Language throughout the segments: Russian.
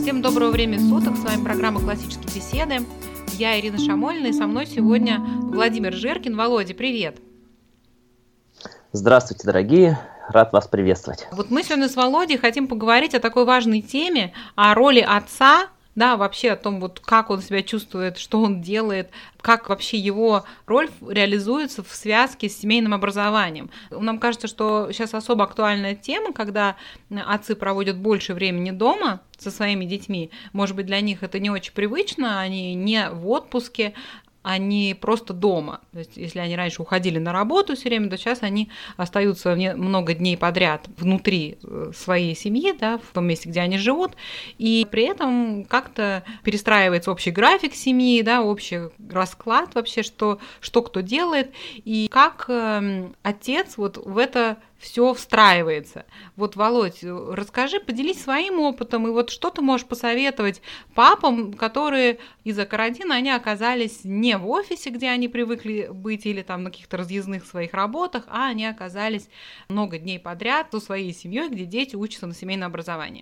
Всем доброго времени суток, с вами программа «Классические беседы». Я Ирина Шамольна, и со мной сегодня Владимир Жиркин. Володя, привет! Здравствуйте, дорогие! Рад вас приветствовать. Вот мы сегодня с Володей хотим поговорить о такой важной теме, о роли отца, да, вообще о том, вот как он себя чувствует, что он делает, как вообще его роль реализуется в связке с семейным образованием. Нам кажется, что сейчас особо актуальная тема, когда отцы проводят больше времени дома со своими детьми. Может быть, для них это не очень привычно, они не в отпуске, они просто дома. То есть, если они раньше уходили на работу все время, то сейчас они остаются много дней подряд внутри своей семьи, да, в том месте, где они живут, и при этом как-то перестраивается общий график семьи, да, общий расклад вообще, что кто делает, и как отец вот в это все встраивается. Вот, Володь, расскажи, поделись своим опытом, и вот что ты можешь посоветовать папам, которые из-за карантина, они оказались не в офисе, где они привыкли быть, или там на каких-то разъездных своих работах, а они оказались много дней подряд со своей семьей, где дети учатся на семейном образовании.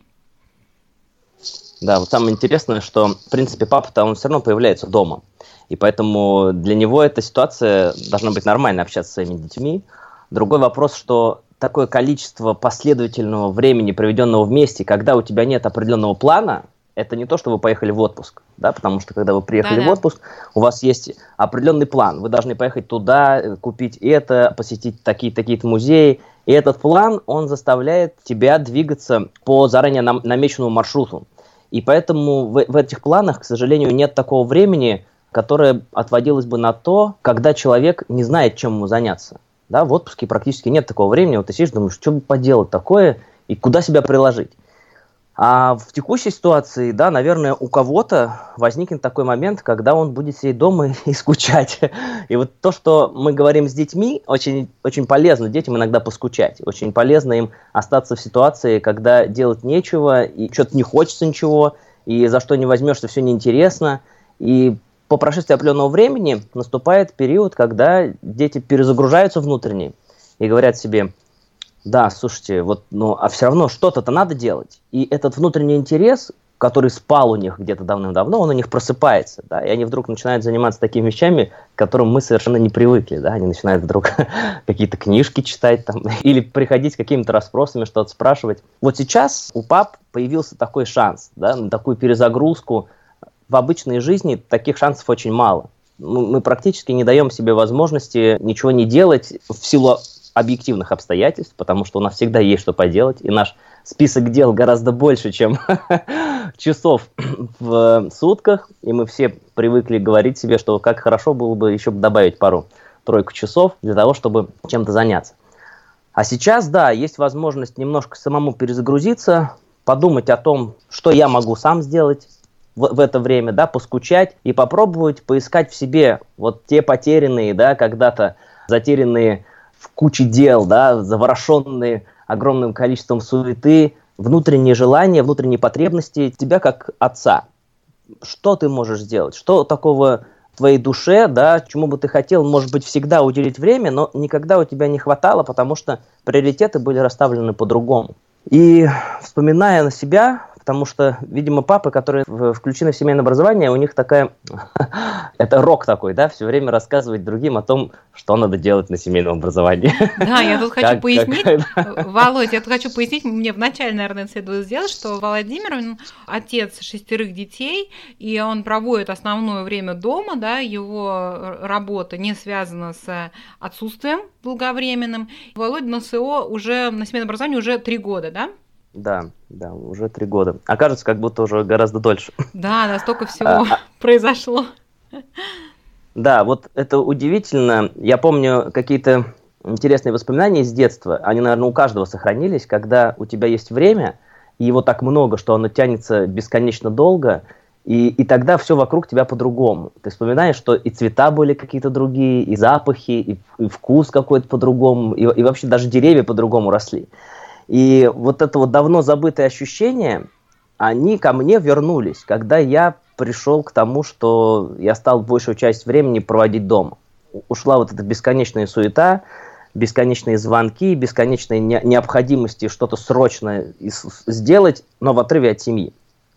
Да, вот самое интересное, что, в принципе, папа-то, он все равно появляется дома, и поэтому для него эта ситуация должна быть нормально общаться со своими детьми. Другой вопрос, что такое количество последовательного времени, проведенного вместе, когда у тебя нет определенного плана, это не то, что вы поехали в отпуск, да, потому что когда вы приехали в отпуск, у вас есть определенный план, вы должны поехать туда, купить это, посетить такие-то музеи, и этот план, он заставляет тебя двигаться по заранее намеченному маршруту, и поэтому в этих планах, к сожалению, нет такого времени, которое отводилось бы на то, когда человек не знает, чем ему заняться. Да, в отпуске практически нет такого времени. Вот ты сидишь, думаешь, что бы поделать такое и куда себя приложить. А в текущей ситуации, да, наверное, у кого-то возникнет такой момент, когда он будет сидеть дома и скучать. И вот то, что мы говорим с детьми, очень, очень полезно детям иногда поскучать. Очень полезно им остаться в ситуации, когда делать нечего, и что-то не хочется ничего, и за что не возьмешься, все неинтересно. И по прошествии определенного времени наступает период, когда дети перезагружаются внутренне и говорят себе: да, слушайте, вот, а все равно что-то надо делать. И этот внутренний интерес, который спал у них где-то давным-давно, он у них просыпается, да, и они вдруг начинают заниматься такими вещами, к которым мы совершенно не привыкли, да, они начинают вдруг какие-то книжки читать там, или приходить с какими-то расспросами, что-то спрашивать. Вот сейчас у пап появился такой шанс, да, на такую перезагрузку. В обычной жизни таких шансов очень мало. Мы практически не даем себе возможности ничего не делать в силу объективных обстоятельств, потому что у нас всегда есть что поделать, и наш список дел гораздо больше, чем часов в сутках, и мы все привыкли говорить себе, что как хорошо было бы еще добавить пару-тройку часов для того, чтобы чем-то заняться. А сейчас, да, есть возможность немножко самому перезагрузиться, подумать о том, что я могу сам сделать в это время, да, поскучать и попробовать поискать в себе вот те потерянные, да, когда-то затерянные в куче дел, да, заворошенные огромным количеством суеты, внутренние желания, внутренние потребности тебя как отца. Что ты можешь сделать? Что такого в твоей душе, да, чему бы ты хотел, может быть, всегда уделить время, но никогда у тебя не хватало, потому что приоритеты были расставлены по-другому. И вспоминая на себя, потому что, видимо, папы, которые включены в семейное образование, у них такая, это рок такой, да, все время рассказывать другим о том, что надо делать на семейном образовании. Да, я тут хочу пояснить, Володь, я тут хочу пояснить, мне вначале, наверное, следует сделать, что Владимир, он отец 6 детей, и он проводит основное время дома, да, его работа не связана с отсутствием долговременным. Володя на СО уже, на семейном образовании уже 3 года, да? Да, уже 3 года. А кажется, как будто уже гораздо дольше. Да, столько всего произошло. Да, вот это удивительно. Я помню какие-то интересные воспоминания из детства. Они, наверное, у каждого сохранились, когда у тебя есть время, и его так много, что оно тянется бесконечно долго, и тогда все вокруг тебя по-другому. Ты вспоминаешь, что и цвета были какие-то другие, и запахи, и вкус какой-то по-другому, и вообще даже деревья по-другому росли. И вот это вот давно забытые ощущения, они ко мне вернулись, когда я пришел к тому, что я стал большую часть времени проводить дома. Ушла вот эта бесконечная суета, бесконечные звонки, бесконечные необходимости что-то срочно сделать, но в отрыве от семьи.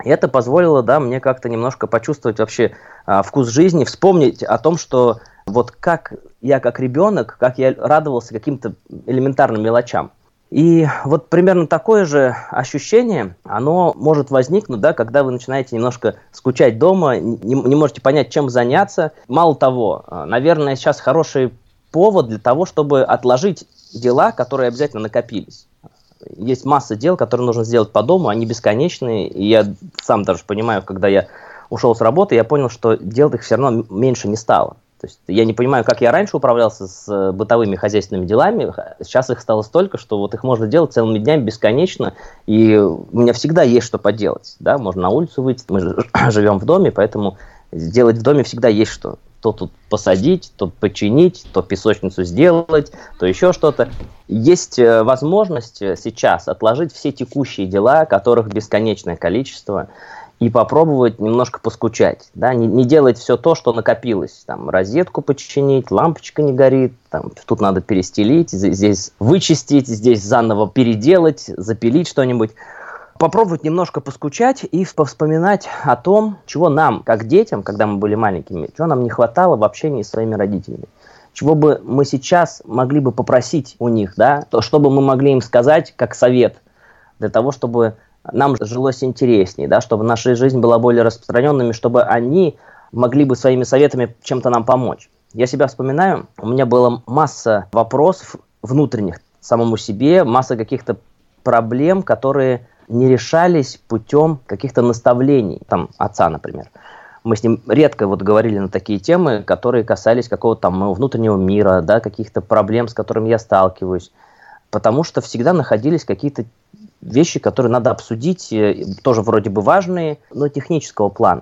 И это позволило, да, мне как-то немножко почувствовать вообще вкус жизни, вспомнить о том, что вот как я как ребенок, как я радовался каким-то элементарным мелочам. И вот примерно такое же ощущение, оно может возникнуть, да, когда вы начинаете немножко скучать дома, не можете понять, чем заняться. Мало того, наверное, сейчас хороший повод для того, чтобы отложить дела, которые обязательно накопились. Есть масса дел, которые нужно сделать по дому, они бесконечные, и я сам даже понимаю, когда я ушел с работы, я понял, что дел их все равно меньше не стало. То есть я не понимаю, как я раньше управлялся с бытовыми хозяйственными делами, сейчас их стало столько, что вот их можно делать целыми днями бесконечно, и у меня всегда есть что поделать, да, можно на улицу выйти, мы живем в доме, поэтому делать в доме всегда есть что. То тут посадить, то починить, то песочницу сделать, то еще что-то. Есть возможность сейчас отложить все текущие дела, которых бесконечное количество, и попробовать немножко поскучать, да, не делать все то, что накопилось, там, розетку починить, лампочка не горит, там, тут надо перестелить, здесь вычистить, здесь заново переделать, запилить что-нибудь. Попробовать немножко поскучать и вспоминать о том, чего нам, как детям, когда мы были маленькими, чего нам не хватало в общении с своими родителями, чего бы мы сейчас могли бы попросить у них, да, то, что бы мы могли им сказать как совет, для того, чтобы нам жилось интереснее, да, чтобы наша жизнь была более распространенными, чтобы они могли бы своими советами чем-то нам помочь. Я себя вспоминаю, у меня была масса вопросов внутренних самому себе, масса каких-то проблем, которые не решались путем каких-то наставлений, там, отца, например. Мы с ним редко вот говорили на такие темы, которые касались какого-то там моего внутреннего мира, да, каких-то проблем, с которыми я сталкиваюсь, потому что всегда находились какие-то вещи, которые надо обсудить, тоже вроде бы важные, но технического плана.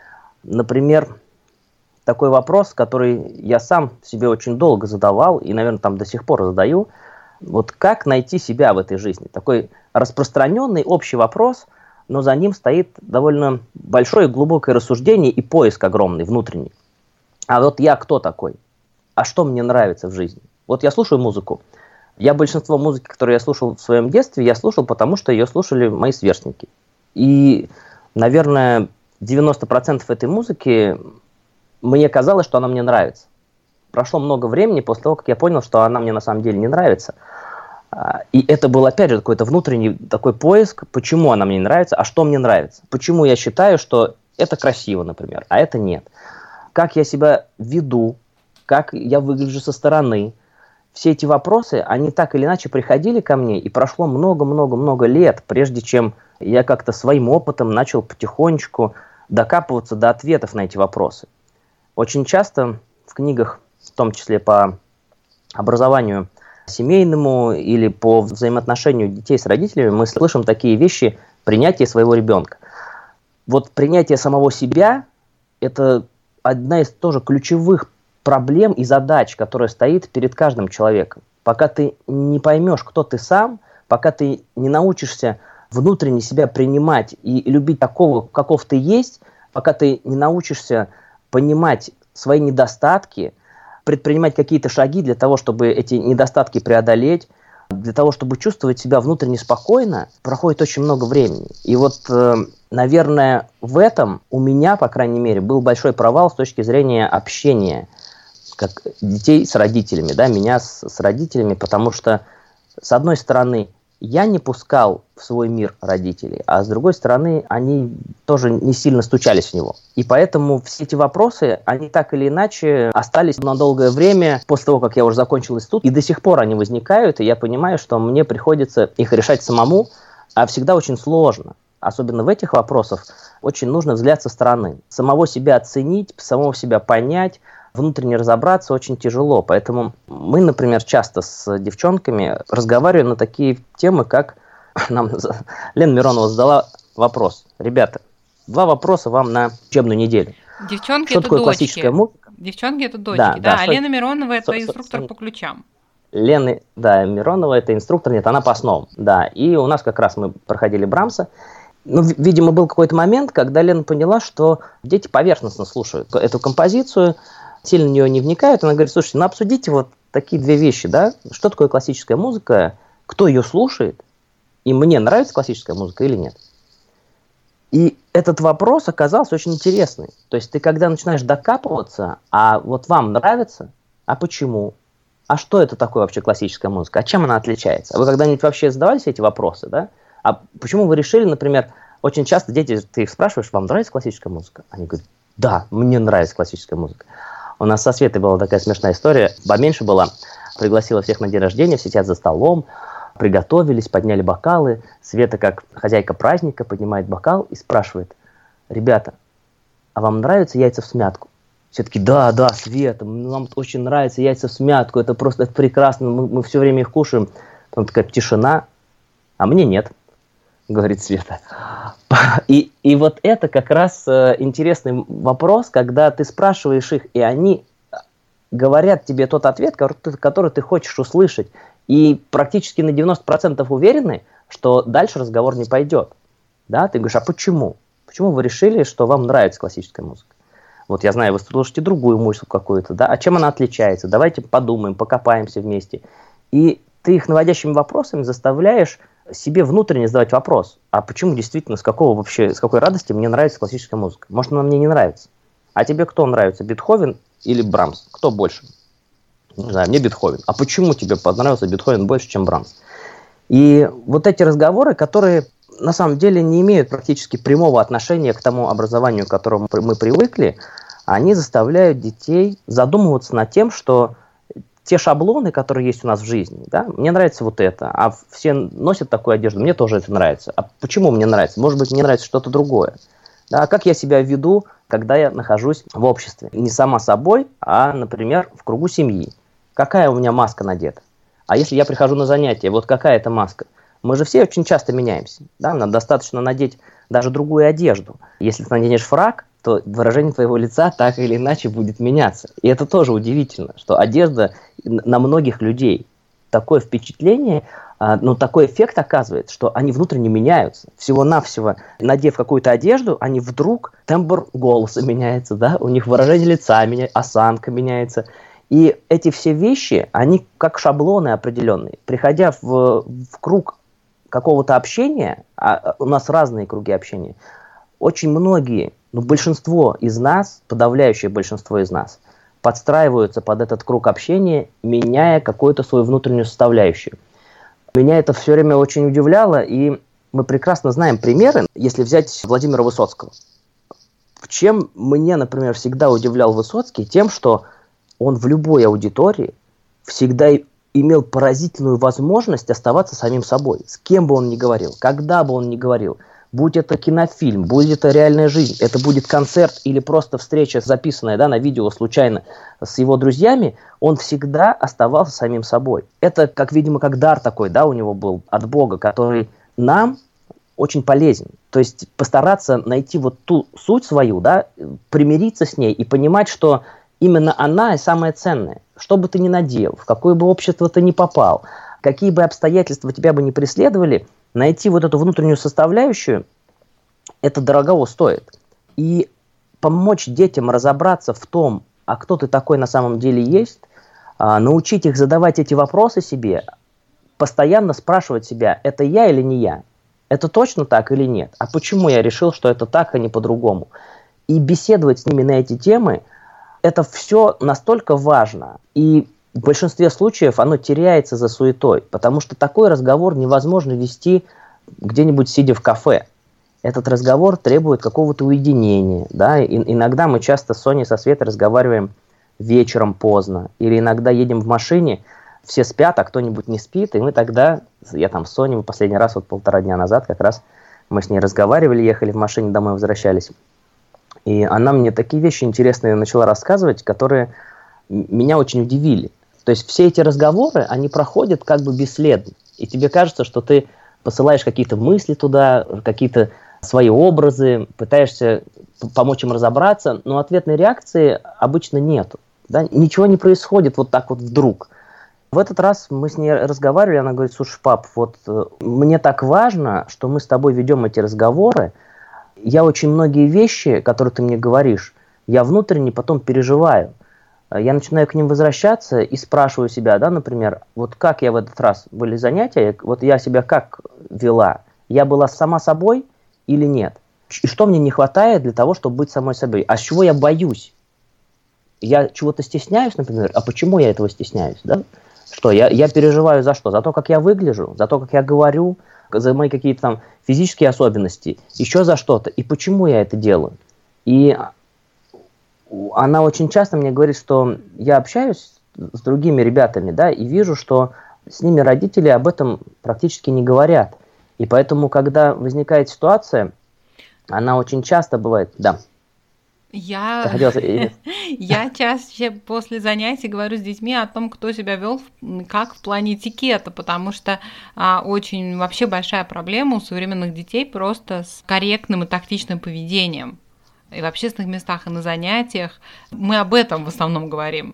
Например, такой вопрос, который я сам себе очень долго задавал и, наверное, там до сих пор задаю, вот как найти себя в этой жизни? Такой распространенный общий вопрос, но за ним стоит довольно большое и глубокое рассуждение и поиск огромный, внутренний. А вот я кто такой? А что мне нравится в жизни? Вот я слушаю музыку. Я большинство музыки, которую я слушал в своем детстве, я слушал, потому что ее слушали мои сверстники. И, наверное, 90% этой музыки мне казалось, что она мне нравится. Прошло много времени после того, как я понял, что она мне на самом деле не нравится. И это был, опять же, какой-то внутренний такой поиск, почему она мне не нравится, а что мне нравится. Почему я считаю, что это красиво, например, а это нет. Как я себя веду, как я выгляжу со стороны. Все эти вопросы, они так или иначе приходили ко мне, и прошло много-много-много лет, прежде чем я как-то своим опытом начал потихонечку докапываться до ответов на эти вопросы. Очень часто в книгах, в том числе по образованию семейному или по взаимоотношению детей с родителями, мы слышим такие вещи: принятие своего ребенка. Вот принятие самого себя – это одна из тоже ключевых проблем и задач, которая стоит перед каждым человеком. Пока ты не поймешь, кто ты сам, пока ты не научишься внутренне себя принимать и любить такого, каков ты есть, пока ты не научишься понимать свои недостатки, предпринимать какие-то шаги для того, чтобы эти недостатки преодолеть, для того, чтобы чувствовать себя внутренне спокойно, проходит очень много времени. И вот, наверное, в этом у меня, по крайней мере, был большой провал с точки зрения общения как детей с родителями, да, меня с родителями, потому что, с одной стороны, я не пускал в свой мир родителей, а с другой стороны, они тоже не сильно стучались в него. И поэтому все эти вопросы, они так или иначе остались на долгое время после того, как я уже закончил институт, и до сих пор они возникают, и я понимаю, что мне приходится их решать самому, а всегда очень сложно. Особенно в этих вопросах очень нужно взгляд со стороны. Самого себя оценить, самого себя понять, внутренне разобраться очень тяжело. Поэтому мы, например, часто с девчонками разговариваем на такие темы, как нам Лена Миронова задала вопрос. Ребята, 2 вопроса вам на учебную неделю. Девчонки что это такое дочки. Классическая музыка? Девчонки это дочки, да. А Лена Миронова это инструктор по ключам. Лена, да, Миронова это инструктор, нет, она по основам. Да, и у нас как раз мы проходили Брамса. Ну, видимо, был какой-то момент, когда Лена поняла, что дети поверхностно слушают эту композицию, сильно в нее не вникают. Она говорит: слушайте, ну обсудите вот такие 2 вещи, да, что такое классическая музыка, кто ее слушает, и мне нравится классическая музыка или нет. И этот вопрос оказался очень интересный. То есть ты когда начинаешь докапываться, а вот вам нравится, а почему? А что это такое вообще классическая музыка? А чем она отличается? А вы когда-нибудь вообще задавались эти вопросы, да? А почему вы решили, например, очень часто дети, ты их спрашиваешь, вам нравится классическая музыка? Они говорят, да, мне нравится классическая музыка. У нас со Светой была такая смешная история, поменьше была, пригласила всех на день рождения, все сидят за столом, приготовились, подняли бокалы. Света, как хозяйка праздника, поднимает бокал и спрашивает, ребята, а вам нравятся яйца в смятку? Все таки да, Света, нам очень нравятся яйца в смятку, это просто прекрасно, мы все время их кушаем. Потом такая тишина, а мне нет, говорит Света. И вот это как раз интересный вопрос, когда ты спрашиваешь их, и они говорят тебе тот ответ, который ты хочешь услышать. И практически на 90% уверены, что дальше разговор не пойдет. Да? Ты говоришь, а почему? Почему вы решили, что вам нравится классическая музыка? Вот я знаю, вы слушаете другую музыку какую-то, да? А чем она отличается? Давайте подумаем, покопаемся вместе. И ты их наводящими вопросами заставляешь себе внутренне задавать вопрос, а почему действительно, с какой радости мне нравится классическая музыка? Может, она мне не нравится? А тебе кто нравится, Бетховен или Брамс? Кто больше? Не знаю, мне Бетховен. А почему тебе понравился Бетховен больше, чем Брамс? И вот эти разговоры, которые на самом деле не имеют практически прямого отношения к тому образованию, к которому мы привыкли, они заставляют детей задумываться над тем, что те шаблоны, которые есть у нас в жизни, да, мне нравится вот это, а все носят такую одежду, мне тоже это нравится. А почему мне нравится? Может быть, мне нравится что-то другое. Да, а как я себя веду, когда я нахожусь в обществе? Не сама собой, а, например, в кругу семьи. Какая у меня маска надета? А если я прихожу на занятия, вот какая это маска? Мы же все очень часто меняемся. Да? Нам достаточно надеть даже другую одежду. Если ты наденешь фрак, то выражение твоего лица так или иначе будет меняться. И это тоже удивительно, что одежда на многих людей такое впечатление, такой эффект оказывает, что они внутренне меняются. Всего-навсего, надев какую-то одежду, они вдруг, тембр голоса меняется, да? У них выражение лица меняется, осанка меняется. И эти все вещи, они как шаблоны определенные. Приходя в круг какого-то общения, а у нас разные круги общения, очень многие, большинство из нас, подавляющее большинство из нас, подстраиваются под этот круг общения, меняя какую-то свою внутреннюю составляющую. Меня это все время очень удивляло, и мы прекрасно знаем примеры, если взять Владимира Высоцкого. Чем меня, например, всегда удивлял Высоцкий? Тем, что он в любой аудитории всегда имел поразительную возможность оставаться самим собой. С кем бы он ни говорил, когда бы он ни говорил. Будь это кинофильм, будь это реальная жизнь, это будет концерт или просто встреча, записанная на видео случайно с его друзьями, он всегда оставался самим собой. Это, видимо, как дар такой, у него был от Бога, который нам очень полезен. То есть постараться найти вот ту суть свою, примириться с ней и понимать, что именно она и самое ценное. Что бы ты ни надел, в какое бы общество ты ни попал, какие бы обстоятельства тебя бы ни преследовали, найти вот эту внутреннюю составляющую, это дорого стоит. И помочь детям разобраться в том, а кто ты такой на самом деле есть, научить их задавать эти вопросы себе, постоянно спрашивать себя, это я или не я? Это точно так или нет? А почему я решил, что это так, а не по-другому? И беседовать с ними на эти темы, это все настолько важно. И в большинстве случаев оно теряется за суетой, потому что такой разговор невозможно вести где-нибудь сидя в кафе. Этот разговор требует какого-то уединения. Иногда мы часто с Соней, со Светой разговариваем вечером поздно, или иногда едем в машине, все спят, а кто-нибудь не спит, и мы тогда, я с Соней последний раз 1,5 дня назад как раз мы с ней разговаривали, ехали в машине, домой возвращались. И она мне такие вещи интересные начала рассказывать, которые меня очень удивили. То есть все эти разговоры, они проходят бесследно. И тебе кажется, что ты посылаешь какие-то мысли туда, какие-то свои образы, пытаешься помочь им разобраться, но ответной реакции обычно нету. Ничего не происходит вот так вот вдруг. В этот раз мы с ней разговаривали, она говорит, слушай, пап, вот мне так важно, что мы с тобой ведем эти разговоры. Я очень многие вещи, которые ты мне говоришь, я внутренне потом переживаю. Я начинаю к ним возвращаться и спрашиваю себя, например, вот как я в этот раз, были занятия, вот я себя как вела? Я была сама собой или нет? И что мне не хватает для того, чтобы быть самой собой? А с чего я боюсь? Я чего-то стесняюсь, например, а почему я этого стесняюсь, да? Что, я переживаю за что? За то, как я выгляжу, за то, как я говорю, за мои какие-то там физические особенности, еще за что-то. И почему я это делаю? И она очень часто мне говорит, что я общаюсь с другими ребятами, да, и вижу, что с ними родители об этом практически не говорят. И поэтому, когда возникает ситуация, она очень часто бывает, да. Я чаще после занятий говорю с детьми о том, кто себя вел как в плане этикета, потому что очень вообще большая проблема у современных детей просто с корректным и тактичным поведением. И в общественных местах, и на занятиях. Мы об этом в основном говорим.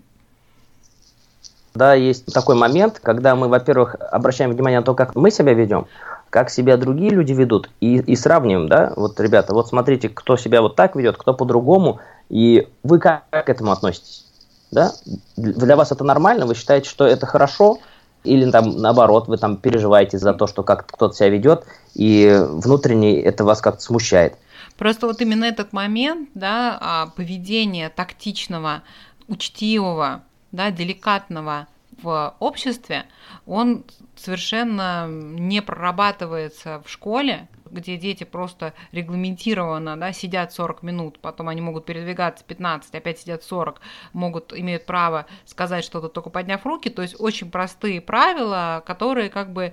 Да, есть такой момент, когда мы, во-первых, обращаем внимание на то, как мы себя ведем, как себя другие люди ведут, и сравниваем, да, вот, ребята, вот смотрите, кто себя вот так ведет, кто по-другому, и вы как к этому относитесь, да? Для вас это нормально, вы считаете, что это хорошо, или там наоборот, вы там переживаете за то, что как кто-то себя ведет, и внутренне это вас как-то смущает. Просто вот именно этот момент, да, поведения тактичного, учтивого, да, деликатного в обществе, он совершенно не прорабатывается в школе, где дети просто регламентированно, да, сидят 40 минут, потом они могут передвигаться 15, опять сидят 40, имеют право сказать что-то, только подняв руки. То есть очень простые правила, которые как бы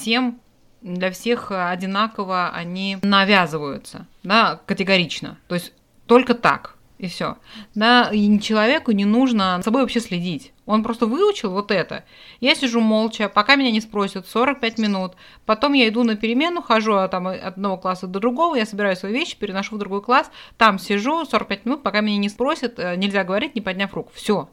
для всех одинаково они навязываются, да, категорично. То есть только так. И все. Да, и человеку не нужно за собой вообще следить. Он просто выучил вот это. Я сижу молча, пока меня не спросят, 45 минут. Потом я иду на перемену, хожу от одного класса до другого, я собираю свои вещи, переношу в другой класс, там сижу 45 минут, пока меня не спросят, нельзя говорить, не подняв руку. Все.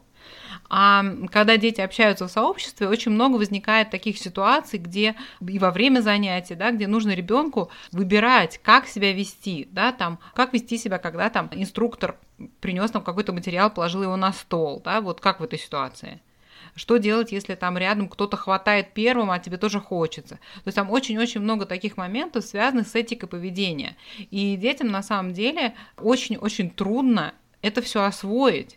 А когда дети общаются в сообществе, очень много возникает таких ситуаций, где и во время занятий, да, где нужно ребенку выбирать, как себя вести, да, там, как вести себя, когда там инструктор принес нам какой-то материал, положил его на стол, да, вот как в этой ситуации. Что делать, если там рядом кто-то хватает первым, а тебе тоже хочется? То есть там очень-очень много таких моментов, связанных с этикой поведения. И детям на самом деле очень-очень трудно это все освоить.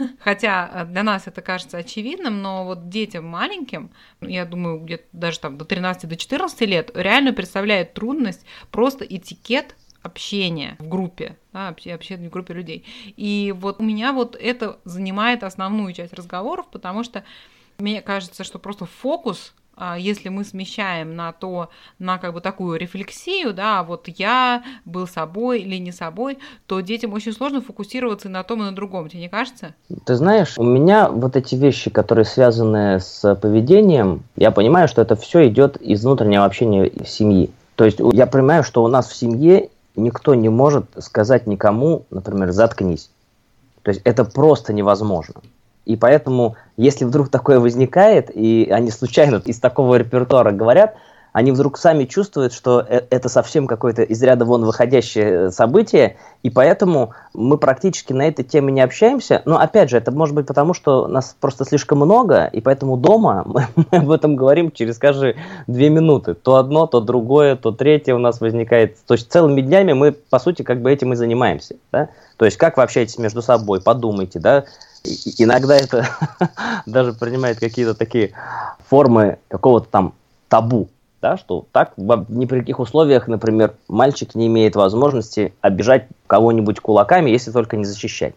Хотя для нас это кажется очевидным, но вот детям маленьким, я думаю, где-то даже там до 13-14 лет, реально представляет трудность просто этикет общения в группе, да, общения в группе людей. И вот у меня вот это занимает основную часть разговоров, потому что мне кажется, что просто фокус, если мы смещаем на как бы такую рефлексию, да, вот я был собой или не собой, то детям очень сложно фокусироваться на том и на другом. Тебе не кажется? Ты знаешь, у меня вот эти вещи, которые связаны с поведением, я понимаю, что это все идет из внутреннего общения семьи. То есть я понимаю, что у нас в семье никто не может сказать никому, например, заткнись. То есть это просто невозможно. И поэтому, если вдруг такое возникает, и они случайно из такого репертуара говорят, они вдруг сами чувствуют, что это совсем какое-то из ряда вон выходящее событие, и поэтому мы практически на этой теме не общаемся. Но опять же, это может быть потому, что нас просто слишком много, и поэтому дома мы об этом говорим через каждые 2 минуты. То одно, то другое, то третье у нас возникает. То есть целыми днями мы, по сути, как бы этим и занимаемся. Да? То есть как вы общаетесь между собой, подумайте, да? Иногда это даже принимает какие-то такие формы какого-то там табу, да, что так ни при каких условиях, например, мальчик не имеет возможности обижать кого-нибудь кулаками, если только не защищать.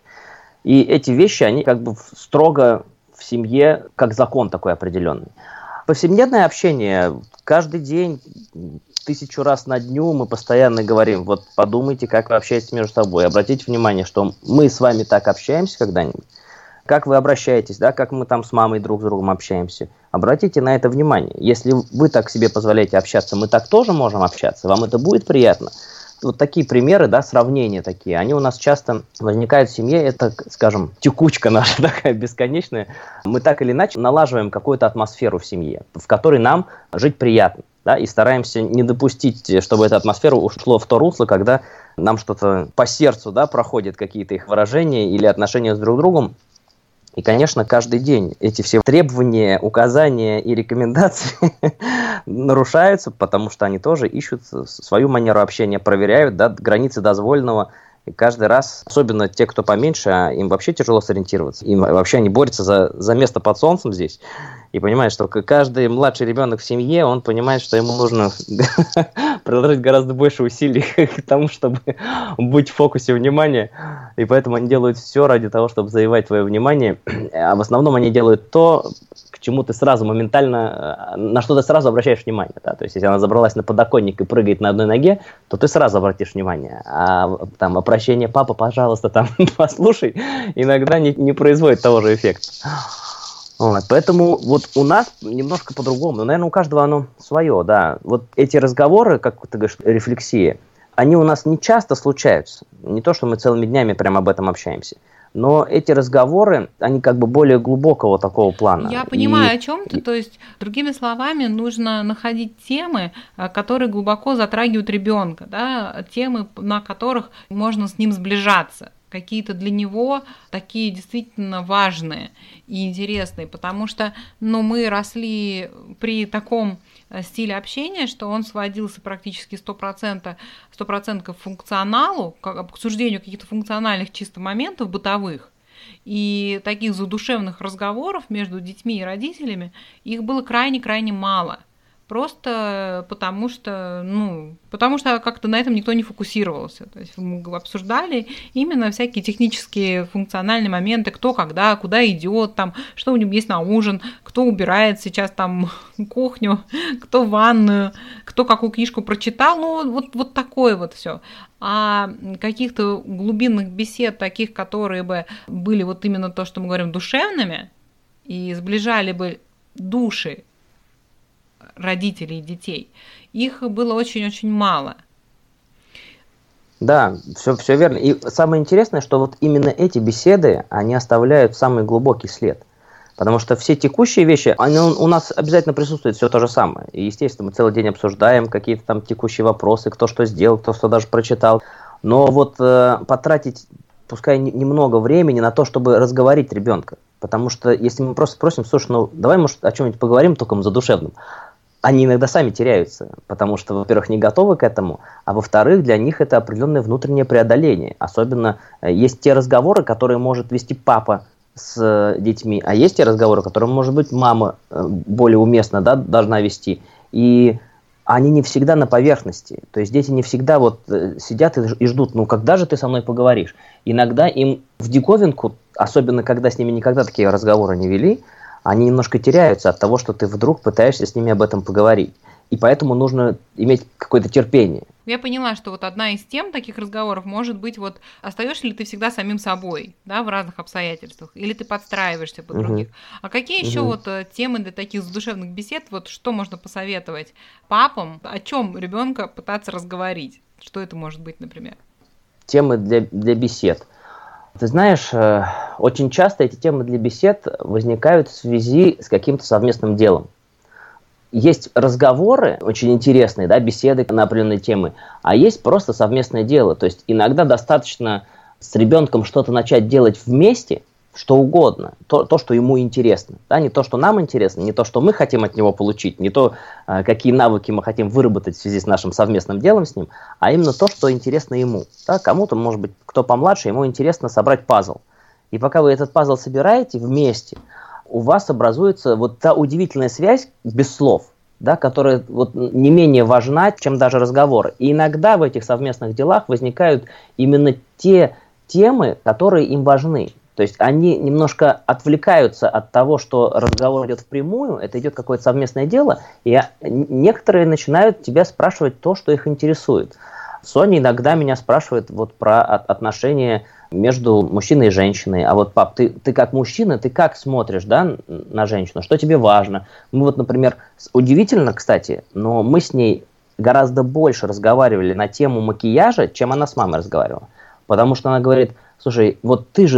И эти вещи, они как бы строго в семье, как закон такой определенный. Повседневное общение, каждый день, 1000 раз на дню мы постоянно говорим, вот подумайте, как вы общаетесь между собой, обратите внимание, что мы с вами так общаемся когда-нибудь. Как вы обращаетесь, да, как мы там с мамой друг с другом общаемся. Обратите на это внимание. Если вы так себе позволяете общаться, мы так тоже можем общаться, вам это будет приятно. Вот такие примеры, да, сравнения такие, они у нас часто возникают в семье, это, скажем, текучка наша такая бесконечная. Мы так или иначе налаживаем какую-то атмосферу в семье, в которой нам жить приятно, да, и стараемся не допустить, чтобы эта атмосфера ушла в то русло, когда нам что-то по сердцу, да, проходят какие-то их выражения или отношения с друг другом. И, конечно, каждый день эти все требования, указания и рекомендации нарушаются, потому что они тоже ищут свою манеру общения, проверяют, да, границы дозволенного. И каждый раз, особенно те, кто поменьше, им вообще тяжело сориентироваться. Им вообще они борются за место под солнцем здесь. И понимают, что каждый младший ребенок в семье, он понимает, что ему нужно приложить гораздо больше усилий к тому, чтобы быть в фокусе внимания. И поэтому они делают все ради того, чтобы завоевать твое внимание. А в основном они делают то, к чему ты сразу моментально, на что ты сразу обращаешь внимание. Да? То есть, если она забралась на подоконник и прыгает на одной ноге, то ты сразу обратишь внимание. А там обращение «папа, пожалуйста, там послушай» иногда не производит того же эффекта. Вот, поэтому вот у нас немножко по-другому. Но, наверное, у каждого оно свое, да. Вот эти разговоры, как ты говоришь, рефлексия, они у нас не часто случаются. Не то, что мы целыми днями прямо об этом общаемся. Но эти разговоры, они как бы более глубокого такого плана. Я понимаю, о чем ты. То есть, другими словами, нужно находить темы, которые глубоко затрагивают ребенка, да? Темы, на которых можно с ним сближаться. Какие-то для него такие действительно важные и интересные, потому что мы росли при таком стиле общения, что он сводился практически 100% к функционалу, к обсуждению каких-то функциональных чисто моментов бытовых, и таких задушевных разговоров между детьми и родителями их было крайне-крайне мало. Просто потому что как-то на этом никто не фокусировался. То есть мы обсуждали именно всякие технические функциональные моменты, кто когда, куда идет, там, что у него есть на ужин, кто убирает сейчас там кухню, кто ванную, кто какую книжку прочитал, вот такое вот все. А каких-то глубинных бесед, таких, которые бы были вот именно то, что мы говорим, душевными, и сближали бы души родителей и детей, их было очень-очень мало. Да, все верно. И самое интересное, что вот именно эти беседы, они оставляют самый глубокий след. Потому что все текущие вещи, они у нас обязательно присутствует все то же самое. И, естественно, мы целый день обсуждаем какие-то там текущие вопросы, кто что сделал, кто что даже прочитал. Но вот потратить, пускай немного времени на то, чтобы разговорить ребенка. Потому что если мы просто спросим, слушай, давай, может, о чем-нибудь поговорим, только задушевном. Они иногда сами теряются, потому что, во-первых, не готовы к этому, а во-вторых, для них это определенное внутреннее преодоление. Особенно есть те разговоры, которые может вести папа с детьми, а есть те разговоры, которые, может быть, мама более уместно, да, должна вести. И они не всегда на поверхности. То есть дети не всегда вот сидят и ждут, когда же ты со мной поговоришь? Иногда им в диковинку, особенно когда с ними никогда такие разговоры не вели, они немножко теряются от того, что ты вдруг пытаешься с ними об этом поговорить. И поэтому нужно иметь какое-то терпение. Я поняла, что вот одна из тем таких разговоров может быть остаешься ли ты всегда самим собой, да, в разных обстоятельствах, или ты подстраиваешься под других. А какие еще темы для таких задушевных бесед, что можно посоветовать папам, о чем ребенка пытаться разговорить? Что это может быть, например? Темы для бесед. Ты знаешь, очень часто эти темы для бесед возникают в связи с каким-то совместным делом. Есть разговоры очень интересные, да, беседы на определенные темы, а есть просто совместное дело. То есть иногда достаточно с ребенком что-то начать делать вместе, что угодно, то, что ему интересно. Да, не то, что нам интересно, не то, что мы хотим от него получить, не то, какие навыки мы хотим выработать в связи с нашим совместным делом с ним, а именно то, что интересно ему. Да, кому-то, может быть, кто помладше, ему интересно собрать пазл. И пока вы этот пазл собираете вместе, у вас образуется вот та удивительная связь без слов, да, которая не менее важна, чем даже разговоры. И иногда в этих совместных делах возникают именно те темы, которые им важны. То есть они немножко отвлекаются от того, что разговор идет впрямую, это идет какое-то совместное дело, и некоторые начинают тебя спрашивать то, что их интересует. Соня иногда меня спрашивает про отношения между мужчиной и женщиной. А вот, пап, ты как мужчина, ты как смотришь, да, на женщину? Что тебе важно? Мы например, удивительно, кстати, но мы с ней гораздо больше разговаривали на тему макияжа, чем она с мамой разговаривала. Потому что она говорит, слушай, вот ты же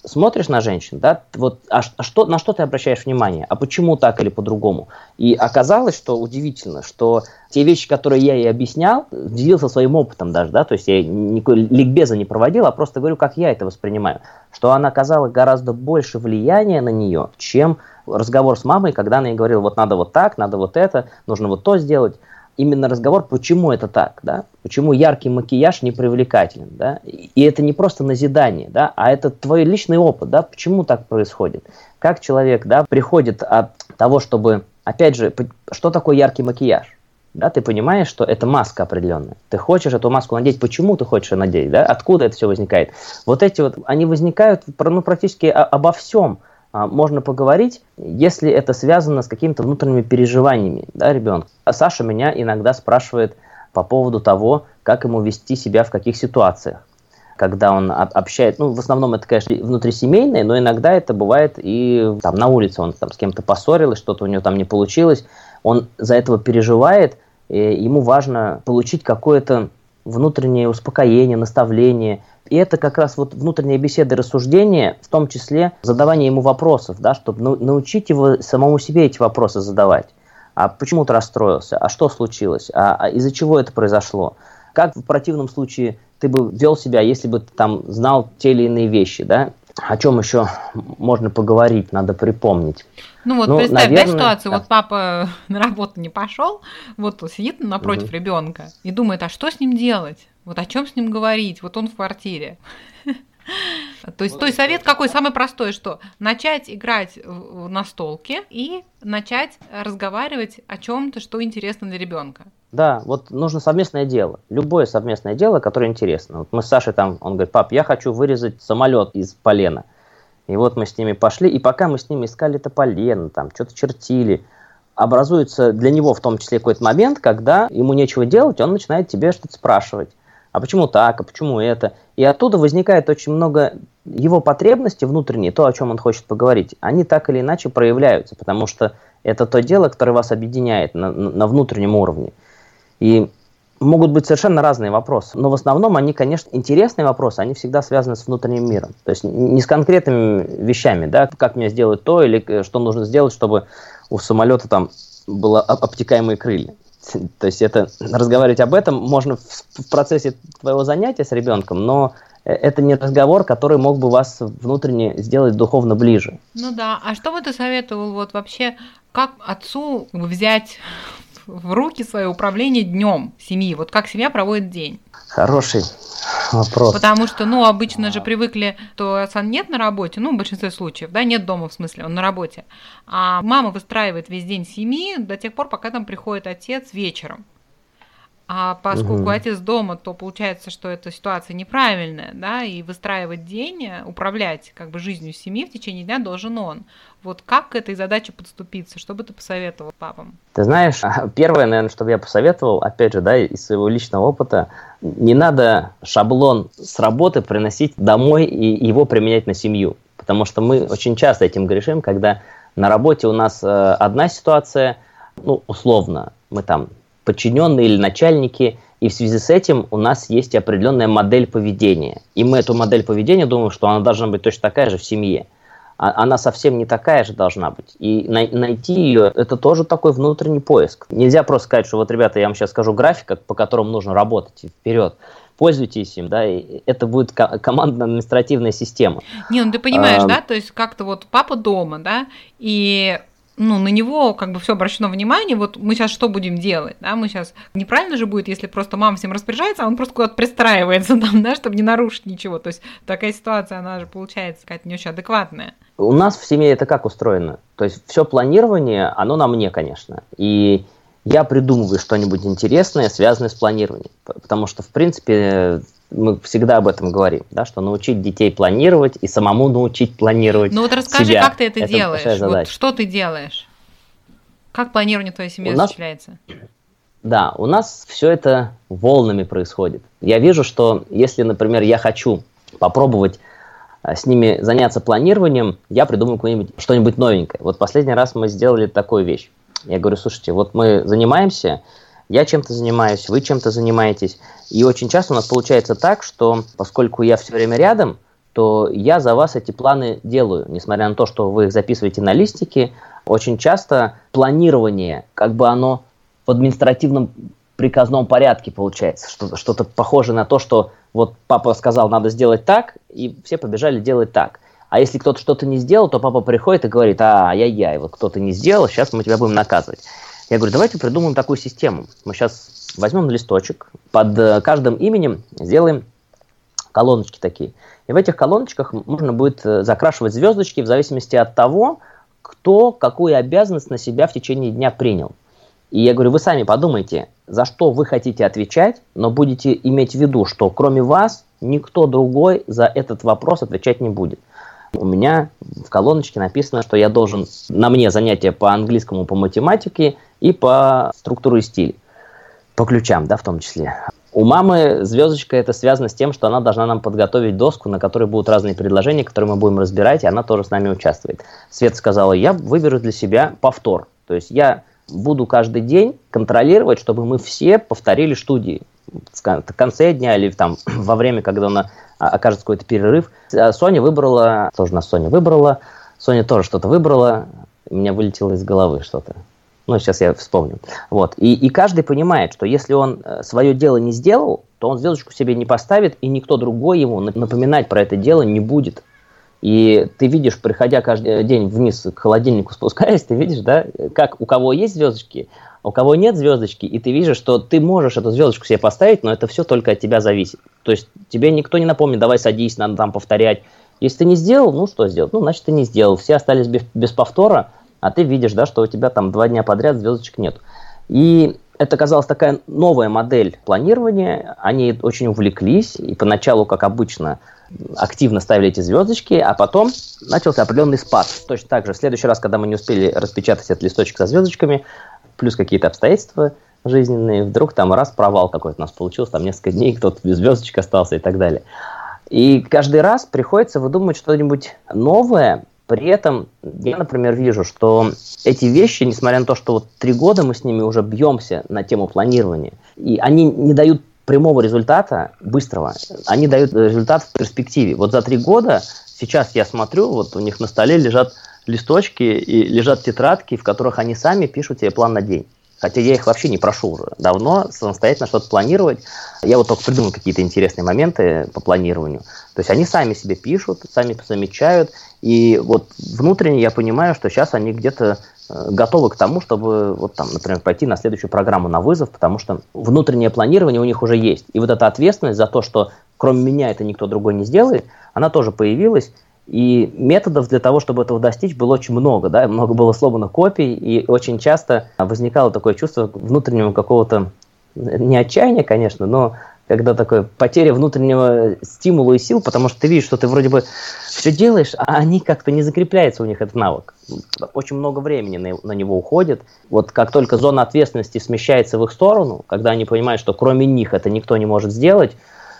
смотришь на женщин, да, вот, на что ты обращаешь внимание, а почему так или по-другому? И оказалось, что удивительно, что те вещи, которые я ей объяснял, делился своим опытом даже, да, то есть я никакой ликбеза не проводил, а просто говорю, как я это воспринимаю, что она оказала гораздо больше влияния на нее, чем разговор с мамой, когда она ей говорила, вот надо вот так, надо вот это, нужно вот то сделать. Именно разговор, почему это так, да? Почему яркий макияж не привлекателен, да? И это не просто назидание, да? А это твой личный опыт, да? Почему так происходит? Как человек, да, приходит от того, чтобы, опять же, что такое яркий макияж? Да, ты понимаешь, что это маска определенная. Ты хочешь эту маску надеть, почему ты хочешь ее надеть, да? Откуда это все возникает? Вот эти вот, они возникают практически обо всем. Можно поговорить, если это связано с какими-то внутренними переживаниями, да, ребенка. Саша меня иногда спрашивает по поводу того, как ему вести себя в каких ситуациях, когда он общается, в основном это, конечно, внутрисемейное, но иногда это бывает и там, на улице, он там с кем-то поссорился, что-то у него там не получилось, он за этого переживает, и ему важно получить какое-то внутреннее успокоение, наставление. И это как раз вот внутренние беседы, рассуждения, в том числе задавание ему вопросов, да, чтобы научить его самому себе эти вопросы задавать. А почему ты расстроился? А что случилось? А из-за чего это произошло? Как в противном случае ты бы вел себя, если бы ты там знал те или иные вещи, да? О чем еще можно поговорить, надо припомнить. Представь, наверное, ситуацию, вот папа на работу не пошел, вот он сидит напротив ребенка и думает, а что с ним делать? Вот о чем с ним говорить? Вот он в квартире. То есть твой совет какой? Самый простой, что начать играть в настолки и начать разговаривать о чем-то, что интересно для ребенка. Да, вот нужно совместное дело. Любое совместное дело, которое интересно. Вот мы с Сашей там, он говорит, пап, я хочу вырезать самолет из полена. И вот мы с ними пошли, и пока мы с ними искали это полено, там что-то чертили, образуется для него в том числе какой-то момент, когда ему нечего делать, он начинает тебе что-то спрашивать. А почему так, а почему это? И оттуда возникает очень много его потребностей внутренние, то, о чем он хочет поговорить, они так или иначе проявляются, потому что это то дело, которое вас объединяет на внутреннем уровне. И могут быть совершенно разные вопросы, но в основном они, конечно, интересные вопросы, они всегда связаны с внутренним миром. То есть не с конкретными вещами, да, как мне сделать то, или что нужно сделать, чтобы у самолета там было обтекаемые крылья. То есть это разговаривать об этом можно в процессе твоего занятия с ребенком, но это не разговор, который мог бы вас внутренне сделать духовно ближе. Ну да, а что бы ты советовал вот вообще, как отцу взять в руки свое управление днем семьи? Вот как семья проводит день? Хороший вопрос. Потому что, обычно же привыкли, что отца нет на работе, в большинстве случаев, да, нет дома, в смысле, он на работе. А мама выстраивает весь день семьи до тех пор, пока там приходит отец вечером. А поскольку отец дома, то получается, что эта ситуация неправильная, да, и выстраивать день, управлять как бы жизнью семьи в течение дня должен он. Вот как к этой задаче подступиться? Что бы ты посоветовал папам? Ты знаешь, первое, наверное, что бы я посоветовал, опять же, да, из своего личного опыта, не надо шаблон с работы приносить домой и его применять на семью. Потому что мы очень часто этим грешим, когда на работе у нас одна ситуация, условно, мы там подчиненные или начальники, и в связи с этим у нас есть определенная модель поведения. И мы эту модель поведения думаем, что она должна быть точно такая же в семье. Она совсем не такая же должна быть. И найти ее, это тоже такой внутренний поиск. Нельзя просто сказать, что вот, ребята, я вам сейчас скажу график, по которому нужно работать, и вперед. Пользуйтесь им, да, и это будет командно-административная система. Ты понимаешь, да, то есть как-то вот папа дома, да, и на него как бы все обращено внимание, вот мы сейчас что будем делать, да, мы сейчас, неправильно же будет, если просто мама всем распоряжается, а он просто куда-то пристраивается там, да, чтобы не нарушить ничего, то есть такая ситуация, она же получается какая-то не очень адекватная. У нас в семье это как устроено? То есть все планирование, оно на мне, конечно, и я придумываю что-нибудь интересное, связанное с планированием, потому что, в принципе, мы всегда об этом говорим, да, что научить детей планировать и самому научить планировать себя. Вот расскажи, как ты это делаешь, вот что ты делаешь, как планирование твоей семьи осуществляется? Да, у нас все это волнами происходит. Я вижу, что если, например, я хочу попробовать с ними заняться планированием, я придумаю что-нибудь новенькое. Вот последний раз мы сделали такую вещь. Я говорю, слушайте, вот мы занимаемся, я чем-то занимаюсь, вы чем-то занимаетесь. И очень часто у нас получается так, что поскольку я все время рядом, то я за вас эти планы делаю. Несмотря на то, что вы их записываете на листике, очень часто планирование, как бы оно в административном приказном порядке получается. Что-то похожее на то, что вот папа сказал, надо сделать так, и все побежали делать так. А если кто-то что-то не сделал, то папа приходит и говорит, ай-яй-яй, вот кто-то не сделал, сейчас мы тебя будем наказывать. Я говорю, давайте придумаем такую систему. Мы сейчас возьмем листочек, под каждым именем сделаем колоночки такие. И в этих колоночках можно будет закрашивать звездочки в зависимости от того, кто какую обязанность на себя в течение дня принял. И я говорю, вы сами подумайте, за что вы хотите отвечать, но будете иметь в виду, что кроме вас никто другой за этот вопрос отвечать не будет. У меня в колоночке написано, что я должен, на мне занятия по английскому, по математике и по структуре и стилю. По ключам, да, в том числе. У мамы звездочка это связано с тем, что она должна нам подготовить доску, на которой будут разные предложения, которые мы будем разбирать, и она тоже с нами участвует. Света сказала, я выберу для себя повтор. То есть я буду каждый день контролировать, чтобы мы все повторили студии в конце дня или там, во время, когда у нас окажется какой-то перерыв. Соня выбрала, тоже нас Соня выбрала, Соня тоже что-то выбрала, у меня вылетело из головы что-то. Ну, сейчас я вспомню. Вот. И каждый понимает, что если он свое дело не сделал, то он звездочку себе не поставит, и никто другой ему напоминать про это дело не будет. И ты видишь, приходя каждый день вниз к холодильнику спускаясь, ты видишь, да, как у кого есть звездочки, у кого нет звездочки, и ты видишь, что ты можешь эту звездочку себе поставить, но это все только от тебя зависит. То есть тебе никто не напомнит, давай садись, надо там повторять. Если ты не сделал, ну что сделать? Ну, значит, ты не сделал. Все остались без повтора, а ты видишь, да, что у тебя там 2 дня подряд звездочек нет. И это оказалась такая новая модель планирования. Они очень увлеклись, и поначалу, как обычно, активно ставили эти звездочки, а потом начался определенный спад. Точно так же, в следующий раз, когда мы не успели распечатать этот листочек со звездочками, плюс какие-то обстоятельства жизненные, вдруг там раз провал какой-то у нас получился, там несколько дней кто-то без звездочек остался и так далее. И каждый раз приходится выдумывать что-нибудь новое. При этом я, например, вижу, что эти вещи, несмотря на то, что вот 3 года мы с ними уже бьемся на тему планирования, и они не дают прямого результата быстрого, они дают результат в перспективе. Вот за 3 года, сейчас я смотрю, вот у них на столе лежат листочки и лежат тетрадки, в которых они сами пишут себе план на день. Хотя я их вообще не прошу уже давно самостоятельно что-то планировать. Я вот только придумал какие-то интересные моменты по планированию. То есть они сами себе пишут, сами замечают. И вот внутренне я понимаю, что сейчас они где-то готовы к тому, чтобы, вот там, например, пойти на следующую программу на вызов, потому что внутреннее планирование у них уже есть. И вот эта ответственность за то, что кроме меня это никто другой не сделает, она тоже появилась. И методов для того, чтобы этого достичь, было очень много, да, много было сломано копий, и очень часто возникало такое чувство внутреннего какого-то, не отчаяния, конечно, но когда такое потеря внутреннего стимула и сил, потому что ты видишь, что ты вроде бы все делаешь, а они как-то не закрепляются у них этот навык. Очень много времени на него уходит. Вот как только зона ответственности смещается в их сторону, когда они понимают, что кроме них это никто не может сделать,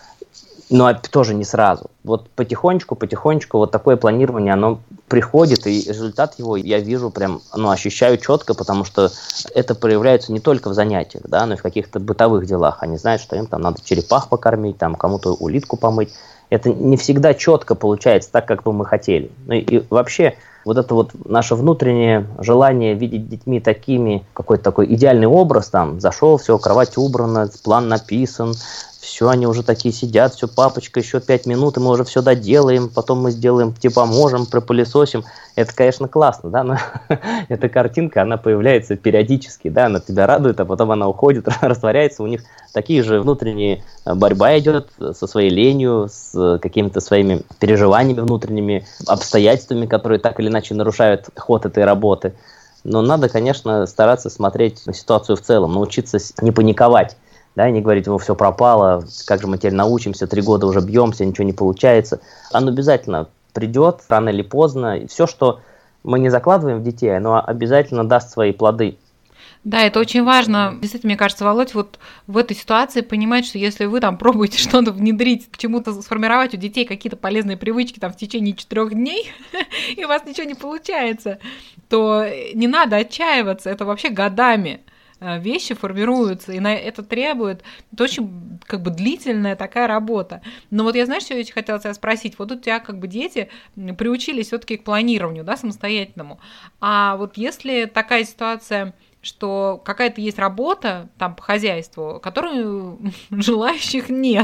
но тоже не сразу. Вот потихонечку вот такое планирование, оно приходит, и результат его я вижу прям, ощущаю четко, потому что это проявляется не только в занятиях, да, но и в каких-то бытовых делах. Они знают, что им там надо черепах покормить, там кому-то улитку помыть. Это не всегда четко получается так, как бы мы хотели. Ну и вообще вот это вот наше внутреннее желание видеть детьми такими, какой-то такой идеальный образ, там, зашел, все, кровать убрана, план написан, все, они уже такие сидят, все, папочка, еще 5 минут, и мы уже все доделаем, потом мы сделаем, тебе поможем, пропылесосим. Это, конечно, классно, да, но эта картинка, она появляется периодически, да, она тебя радует, а потом она уходит, растворяется, у них такие же внутренние борьба идет со своей ленью, с какими-то своими переживаниями внутренними, обстоятельствами, которые так или иначе нарушают ход этой работы. Но надо, конечно, стараться смотреть на ситуацию в целом, научиться не паниковать. Да, и не говорить, все пропало, как же мы теперь научимся, 3 года уже бьемся, ничего не получается. Оно обязательно придет, рано или поздно. И все, что мы не закладываем в детей, оно обязательно даст свои плоды. Да, это очень важно. Действительно, мне кажется, Володь, вот в этой ситуации понимать, что если вы там пробуете что-то внедрить, к чему-то сформировать у детей какие-то полезные привычки там в течение 4 дней, и у вас ничего не получается, то не надо отчаиваться, это вообще годами. вещи формируются, и на это требует, это очень как бы длительная такая работа. Но вот я, знаешь, что я хотела тебя спросить, вот у тебя как бы дети приучились все-таки к планированию, да, самостоятельному, а вот если такая ситуация, что какая-то есть работа там по хозяйству, которую желающих нет,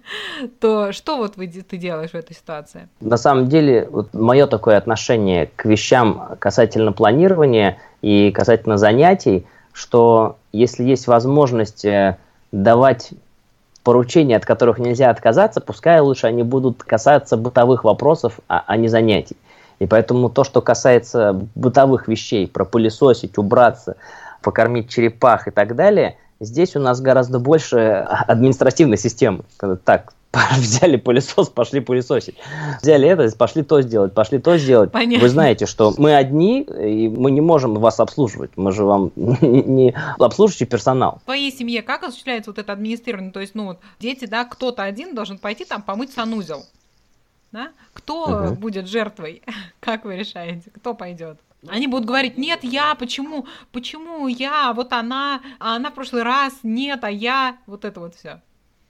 то что вот ты делаешь в этой ситуации? На самом деле, вот мое такое отношение к вещам касательно планирования и касательно занятий, что если есть возможность давать поручения, от которых нельзя отказаться, пускай лучше они будут касаться бытовых вопросов, а не занятий. И поэтому то, что касается бытовых вещей, пропылесосить, убраться, покормить черепах и так далее, здесь у нас гораздо больше административной системы. Так, взяли пылесос, пошли пылесосить. Взяли это, пошли то сделать, пошли то сделать. Понятно. Вы знаете, что мы одни, и мы не можем вас обслуживать. Мы же вам не обслуживающий персонал. В твоей семье как осуществляется вот это администрирование? То есть, ну вот, дети, да, кто-то один должен пойти там помыть санузел. Да? Кто будет жертвой? Как вы решаете? Кто пойдет? Они будут говорить, нет, я, почему я, вот она, а она в прошлый раз, нет, а я, вот это вот все.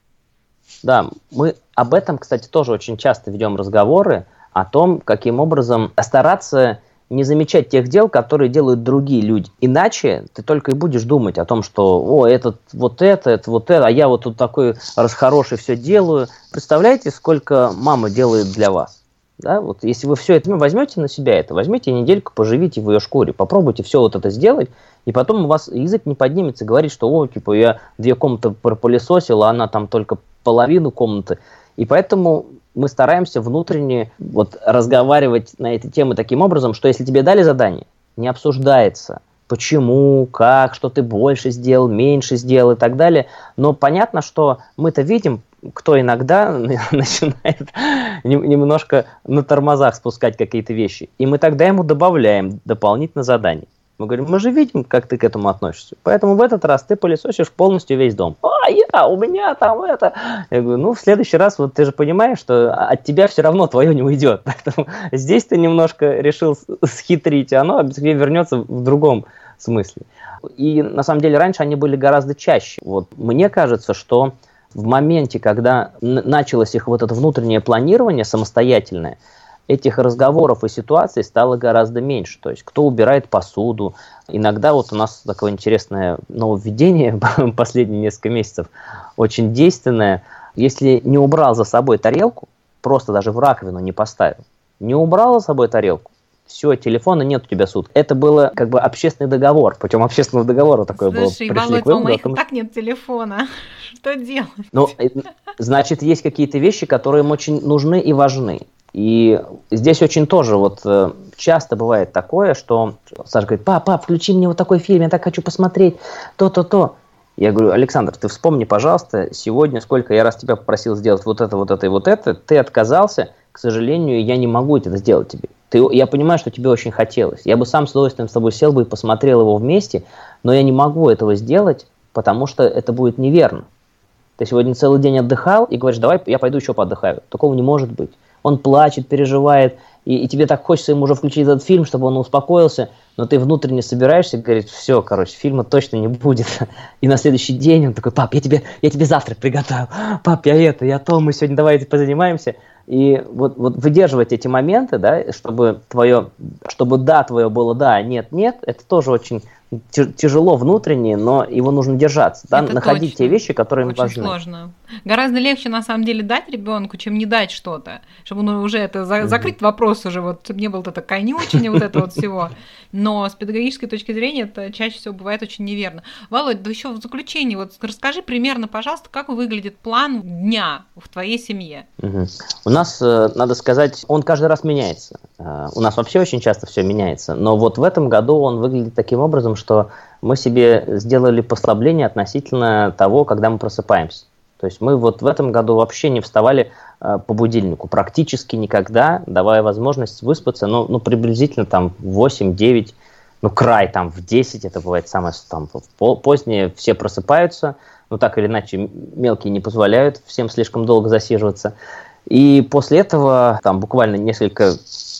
Да, мы об этом, кстати, тоже очень часто ведем разговоры, о том, каким образом стараться не замечать тех дел, которые делают другие люди. Иначе ты только и будешь думать о том, что этот вот это, а я вот тут такой расхороший все делаю. Представляете, сколько мама делает для вас? Да, вот если вы все это возьмете на себя, возьмите недельку, поживите в ее шкуре, попробуйте все вот это сделать, и потом у вас язык не поднимется говорить, что я 2 комнаты пропылесосил, а она там только половину комнаты. И поэтому мы стараемся внутренне разговаривать на эти темы таким образом, что если тебе дали задание, не обсуждается, почему, как, что ты больше сделал, меньше сделал и так далее. Но понятно, что мы-то видим, кто иногда начинает немножко на тормозах спускать какие-то вещи. И мы тогда ему добавляем дополнительное задание. Мы говорим, мы же видим, как ты к этому относишься. Поэтому в этот раз ты пылесосишь полностью весь дом. У меня там это. Я говорю, в следующий раз ты же понимаешь, что от тебя все равно твое не уйдет. Поэтому здесь ты немножко решил схитрить, оно тебе вернется в другом смысле. И на самом деле раньше они были гораздо чаще. Мне кажется, что в моменте, когда началось их это внутреннее планирование самостоятельное, этих разговоров и ситуаций стало гораздо меньше. То есть, кто убирает посуду. Иногда у нас такое интересное нововведение последние несколько месяцев, очень действенное. Если не убрал за собой тарелку, просто даже в раковину не поставил, не убрал за собой тарелку, все, телефона нет у тебя суток. Это было как бы общественный договор. Путем общественного договора такое было. Слушай, Володь, у моих так нет телефона. Что делать? Значит, есть какие-то вещи, которые им очень нужны и важны. И здесь очень тоже часто бывает такое, что Саша говорит, пап, включи мне такой фильм, я так хочу посмотреть, то. Я говорю, Александр, ты вспомни, пожалуйста, сегодня сколько я раз тебя попросил сделать вот это, ты отказался, к сожалению, я не могу это сделать тебе. Я понимаю, что тебе очень хотелось. Я бы сам с удовольствием с тобой сел бы и посмотрел его вместе, но я не могу этого сделать, потому что это будет неверно. Ты сегодня целый день отдыхал и говоришь, давай я пойду еще поотдыхаю. Такого не может быть. Он плачет, переживает, и тебе так хочется ему уже включить этот фильм, чтобы он успокоился, но ты внутренне собираешься и говоришь, все, фильма точно не будет. И на следующий день он такой, пап, я тебе завтрак приготовил, пап, я то, мы сегодня давай позанимаемся. И выдерживать эти моменты, да, чтобы да твое было да, нет, это тоже очень тяжело внутренне, но его нужно держаться, да, находить точно. Те вещи, которые им важны. Очень сложно. Гораздо легче, на самом деле, дать ребенку, чем не дать что-то, чтобы он уже это закрыть вопрос уже, чтобы не было это конючение, это всего. Но с педагогической точки зрения это чаще всего бывает очень неверно. Володь, да еще в заключении, расскажи примерно, пожалуйста, как выглядит план дня в твоей семье. У нас, надо сказать, он каждый раз меняется. У нас вообще очень часто все меняется, но в этом году он выглядит таким образом, что мы себе сделали послабление относительно того, когда мы просыпаемся. То есть мы в этом году вообще не вставали по будильнику, практически никогда, давая возможность выспаться, приблизительно в 8-9, край в 10, это бывает самое позднее, все просыпаются, так или иначе мелкие не позволяют всем слишком долго засиживаться. И после этого буквально несколько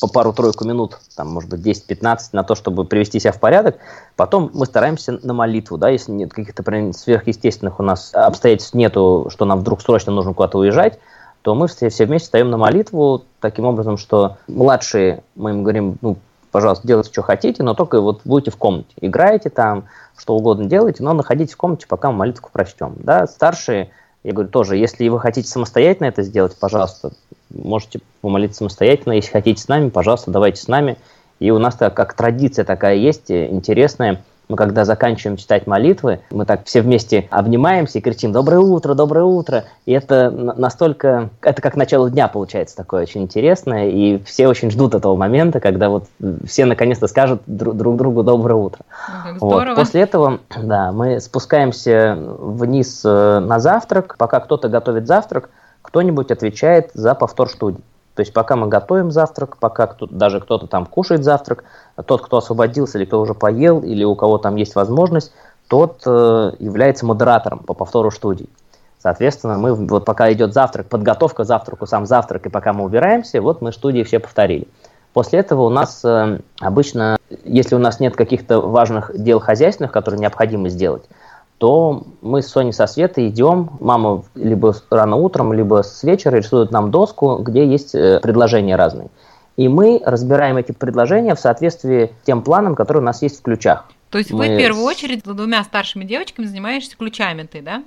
по пару-тройку минут, там, может быть, 10-15 на то, чтобы привести себя в порядок. Потом мы стараемся на молитву, да, если нет каких-то сверхъестественных у нас обстоятельств нету, что нам вдруг срочно нужно куда-то уезжать, то мы все вместе встаем на молитву таким образом, что младшие, мы им говорим, ну, пожалуйста, делайте, что хотите, но только вот будете в комнате. Играете там, что угодно делайте, но находитесь в комнате, пока мы молитву прочтем. Да? Старшие, я говорю, тоже, если вы хотите самостоятельно это сделать, пожалуйста, можете помолиться самостоятельно. Если хотите с нами, пожалуйста, давайте с нами. И у нас как традиция такая есть, интересная. Мы когда заканчиваем читать молитвы, мы так все вместе обнимаемся и кричим «Доброе утро, доброе утро!» И это настолько... Это как начало дня получается такое очень интересное, и все очень ждут этого момента, когда вот все наконец-то скажут друг другу «Доброе утро». Вот. После этого, да, мы спускаемся вниз на завтрак. Пока кто-то готовит завтрак, кто-нибудь отвечает за повтор студии. То есть пока мы готовим завтрак, пока даже кто-то там кушает завтрак, тот, кто освободился или кто уже поел, или у кого там есть возможность, тот является модератором по повтору студий. Соответственно, мы вот пока идет завтрак, подготовка к завтраку, сам завтрак, и пока мы убираемся, вот мы студии все повторили. После этого у нас обычно, если у нас нет каких-то важных дел хозяйственных, которые необходимо сделать, то мы с Соней со Светой идем, мама либо рано утром, либо с вечера рисует нам доску, где есть предложения разные. И мы разбираем эти предложения в соответствии с тем планом, который у нас есть в ключах. То есть вы в первую очередь с двумя старшими девочками занимаешься ключами, ты, да?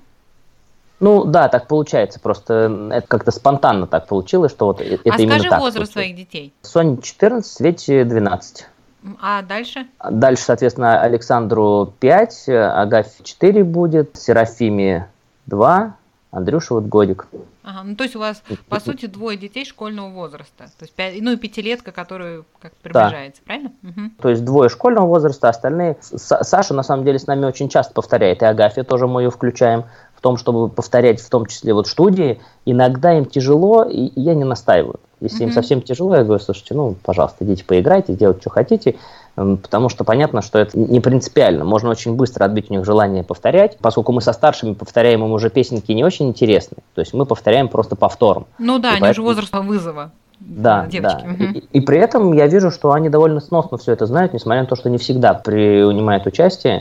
Ну да, так получается, просто это как-то спонтанно так получилось, что вот это именно так. А скажи возраст своих детей. Соне 14, Свете 12. А дальше? Дальше, соответственно, Александру 5, Агафе 4 будет, Серафиме 2, Андрюше вот годик. Ага, ну то есть у вас, по сути, двое детей школьного возраста, то есть 5, ну и пятилетка, которая как приближается, да. Правильно? Угу. То есть двое школьного возраста, остальные... Саша, на самом деле, с нами очень часто повторяет, и Агафья тоже мы ее включаем в том, чтобы повторять, в том числе вот студии. Иногда им тяжело, и я не настаиваю. Если им совсем тяжело, я говорю, слушайте, ну, пожалуйста, идите поиграйте, делайте, что хотите, потому что понятно, что это не принципиально. Можно очень быстро отбить у них желание повторять, поскольку мы со старшими повторяем им уже песенки не очень интересные, то есть мы повторяем просто повтором. Ну да, они уже возраст вызова. Да, девочки. Да. Угу. И при этом я вижу, что они довольно сносно все это знают, несмотря на то, что не всегда принимают участие.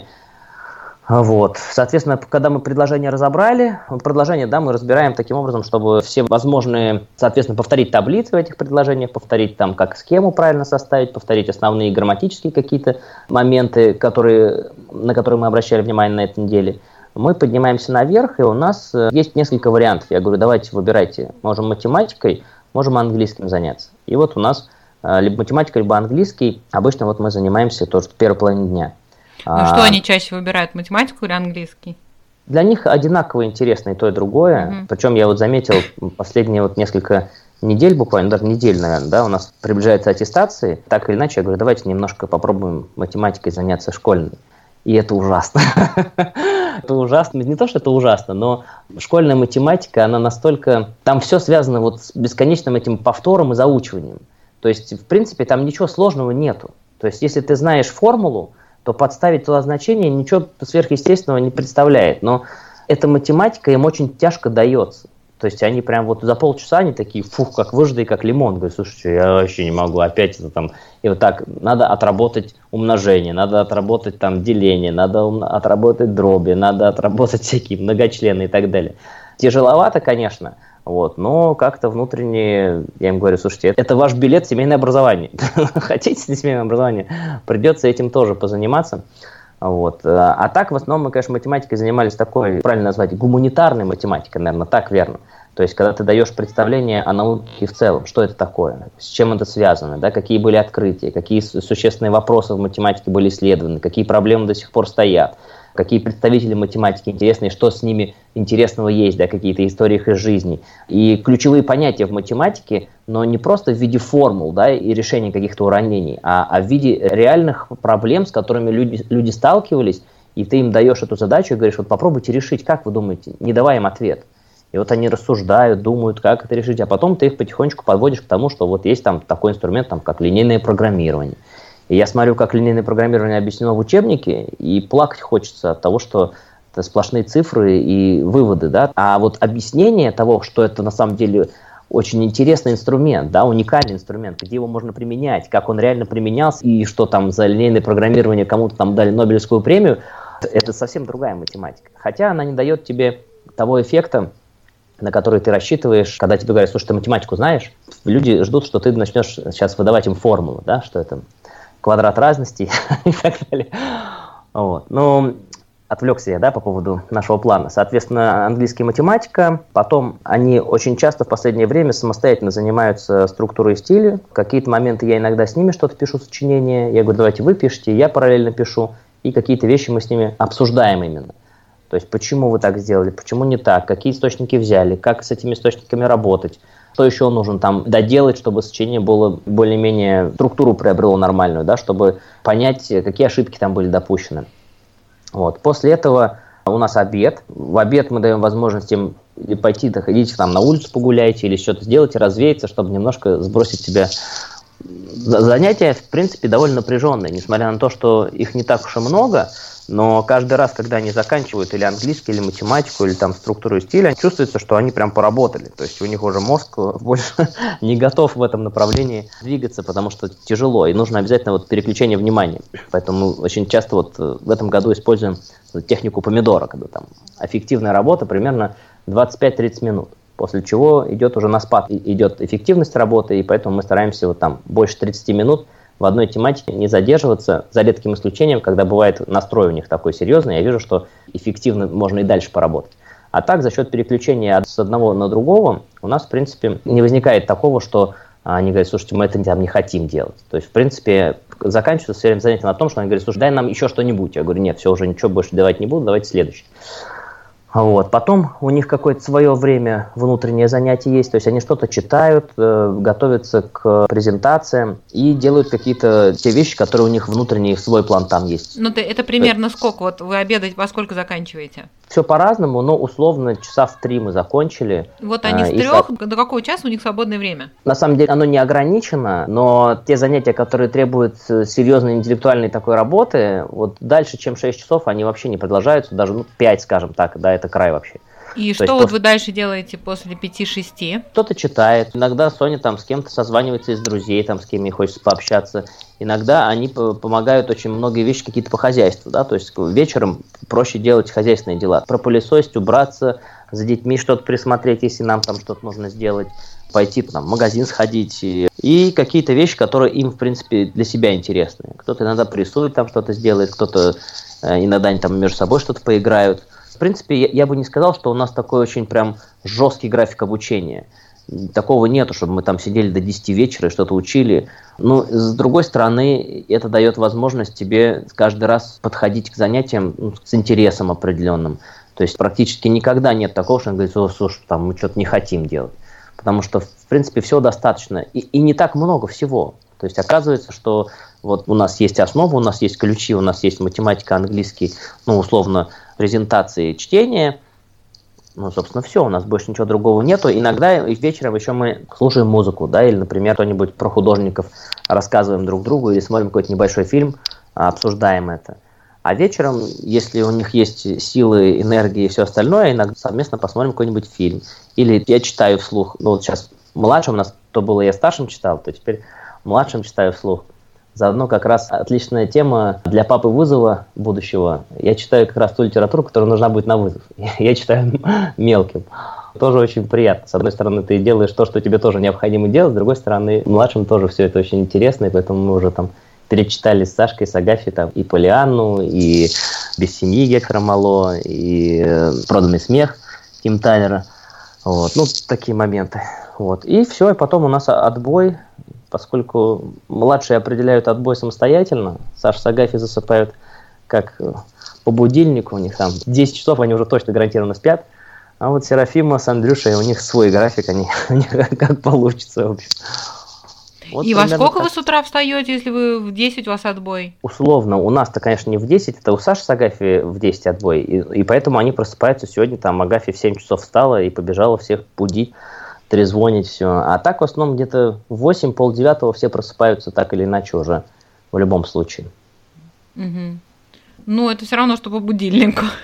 Вот. Соответственно, когда мы предложения разобрали, предложения, да, мы разбираем таким образом, чтобы все возможные, соответственно, повторить таблицы в этих предложениях, повторить там, как схему правильно составить, повторить основные грамматические какие-то моменты, на которые мы обращали внимание на этой неделе. Мы поднимаемся наверх, и у нас есть несколько вариантов. Я говорю, давайте выбирайте, можем математикой, можем английским заняться. И вот у нас либо математика, либо английский. Обычно вот мы занимаемся тоже в первой половине дня. Ну что они чаще выбирают, математику или английский? Для них одинаково интересно и то, и другое. Причем я вот заметил последние вот несколько недель, буквально даже недель, наверное, да, у нас приближаются аттестации. Так или иначе, я говорю, давайте немножко попробуем математикой заняться школьной. И это ужасно. Это ужасно. Не то, что это ужасно, но школьная математика, она настолько... Там все связано вот с бесконечным этим повтором и заучиванием. То есть, в принципе, там ничего сложного нету. То есть, если ты знаешь формулу, то подставить туда значение ничего сверхъестественного не представляет. Но эта математика им очень тяжко дается. То есть они прям вот за полчаса они такие, фух, как выжатые, как лимон. Говорят, слушайте, я вообще не могу, опять это там. И вот так, надо отработать умножение, надо отработать там деление, надо отработать дроби, надо отработать всякие многочлены и так далее. Тяжеловато, конечно, вот, но как-то внутренне, я им говорю, слушайте, это ваш билет в семейное образование. Хотите на семейное образование, придется этим тоже позаниматься. Вот. А так, в основном, мы, конечно, математикой занимались такой, правильно назвать, гуманитарной математикой, наверное, так верно. То есть, когда ты даешь представление о науке в целом, что это такое, с чем это связано, да, какие были открытия, какие существенные вопросы в математике были исследованы, какие проблемы до сих пор стоят, какие представители математики интересные, что с ними интересного есть, да, какие-то истории их из жизни. И ключевые понятия в математике, но не просто в виде формул, да, и решения каких-то уравнений, а в виде реальных проблем, с которыми люди сталкивались, и ты им даешь эту задачу и говоришь, вот попробуйте решить, как вы думаете, не давая им ответ. И вот они рассуждают, думают, как это решить, а потом ты их потихонечку подводишь к тому, что вот есть там такой инструмент, там, как линейное программирование. И я смотрю, как линейное программирование объяснено в учебнике, и плакать хочется от того, что это сплошные цифры и выводы, да. А вот объяснение того, что это на самом деле очень интересный инструмент, да, уникальный инструмент, где его можно применять, как он реально применялся, и что там за линейное программирование кому-то там дали Нобелевскую премию, это совсем другая математика. Хотя она не дает тебе того эффекта, на который ты рассчитываешь, когда тебе говорят: слушай, ты математику знаешь? Люди ждут, что ты начнешь сейчас выдавать им формулу, да, что это квадрат разности и так далее. Вот. Но отвлекся я, да, по поводу нашего плана. Соответственно, английский и математика. Потом они очень часто в последнее время самостоятельно занимаются структурой и стилем. В какие-то моменты я иногда с ними что-то пишу, сочинение. Я говорю: давайте вы пишите, я параллельно пишу. И какие-то вещи мы с ними обсуждаем именно. То есть, почему вы так сделали, почему не так, какие источники взяли, как с этими источниками работать, что еще нужно там доделать, чтобы сочинение было более-менее, структуру приобрело нормальную, да, чтобы понять, какие ошибки там были допущены. Вот. После этого у нас обед. В обед мы даем возможность им пойти, ходите там на улицу погуляйте или что-то сделать, развеяться, чтобы немножко сбросить себя. Занятия, в принципе, довольно напряженные, несмотря на то, что их не так уж и много, но каждый раз, когда они заканчивают или английский, или математику, или там структуру и стиль, чувствуется, что они прям поработали. То есть у них уже мозг больше не готов в этом направлении двигаться, потому что тяжело, и нужно обязательно вот переключение внимания. Поэтому мы очень часто вот в этом году используем технику помидора, когда там эффективная работа примерно 25-30 минут. После чего идет уже на спад, идет эффективность работы, и поэтому мы стараемся вот там больше 30 минут в одной тематике не задерживаться, за редким исключением, когда бывает настрой у них такой серьезный, я вижу, что эффективно можно и дальше поработать. А так, за счет переключения с одного на другого, у нас, в принципе, не возникает такого, что они говорят: слушайте, мы это там не хотим делать. То есть, в принципе, заканчивается все время занятие на том, что они говорят: слушай, дай нам еще что-нибудь. Я говорю: нет, все, уже ничего больше давать не буду, давайте следующий. Вот. Потом у них какое-то свое время внутреннее занятие есть, то есть они что-то читают, готовятся к презентациям и делают какие-то те вещи, которые у них внутренний свой план там есть. Ну, это примерно сколько? Вот вы обедаете, во сколько заканчиваете? Все по-разному, но условно часа в 3 мы закончили. Вот они с 3 до какого часа у них свободное время? На самом деле оно не ограничено, но те занятия, которые требуют серьезной интеллектуальной такой работы, вот дальше, чем 6 часов, они вообще не продолжаются, даже 5, скажем так, да, это край вообще. И что вот вы дальше делаете после 5-6? Кто-то читает, иногда Соня там с кем-то созванивается из друзей, там с кем ей хочется пообщаться. Иногда они помогают очень многие вещи какие-то по хозяйству, да, то есть вечером проще делать хозяйственные дела. Пропылесосить, убраться, за детьми что-то присмотреть, если нам там что-то нужно сделать, пойти там, в магазин сходить. И какие-то вещи, которые им, в принципе, для себя интересны. Кто-то иногда порисует, там что-то сделает, кто-то иногда они там между собой что-то поиграют. В принципе, я бы не сказал, что у нас такой очень прям жесткий график обучения. Такого нету, чтобы мы там сидели до 10 вечера и что-то учили. Но, с другой стороны, это дает возможность тебе каждый раз подходить к занятиям с интересом определенным. То есть практически никогда нет такого, что он говорит: слушай, там, мы что-то не хотим делать. Потому что, в принципе, всего достаточно. И не так много всего. То есть оказывается, что вот у нас есть основа, у нас есть ключи, у нас есть математика, английский, ну, условно, презентации, чтение. Ну, собственно, все, у нас больше ничего другого нету. Иногда вечером еще мы слушаем музыку, да, или, например, что-нибудь про художников рассказываем друг другу, или смотрим какой-то небольшой фильм, обсуждаем это. А вечером, если у них есть силы, энергии и все остальное, иногда совместно посмотрим какой-нибудь фильм. Или я читаю вслух. Ну, вот сейчас младшим у нас, то было я старшим читал, то теперь младшим читаю вслух. Заодно как раз отличная тема для папы вызова будущего. Я читаю как раз ту литературу, которая нужна будет на вызов. Я читаю мелким. Тоже очень приятно. С одной стороны, ты делаешь то, что тебе тоже необходимо делать, с другой стороны, младшим тоже все это очень интересно, и поэтому мы уже там перечитали с Сашкой, с Агафьей там и Полианну, и «Без семьи» Гектора Мало, и «Проданный смех» Тим Талера. Вот. Ну, такие моменты. Вот. И все, и потом у нас отбой. Поскольку младшие определяют отбой самостоятельно, Саша с Агафьей засыпают как по будильнику, у них там 10 часов они уже точно гарантированно спят, а вот Серафима с Андрюшей, у них свой график, они как получится, в общем. Вот. И во сколько вы с утра встаете, если вы в 10 у вас отбой? Условно, у нас-то, конечно, не в 10, это у Саши с Агафьей в 10 отбой, и поэтому они просыпаются сегодня, там Агафья в 7 часов встала и побежала всех будить, трезвонить, все. А так, в основном, где-то в 8, полдевятого все просыпаются так или иначе уже, в любом случае. Угу. Ну, это все равно, что по будильнику.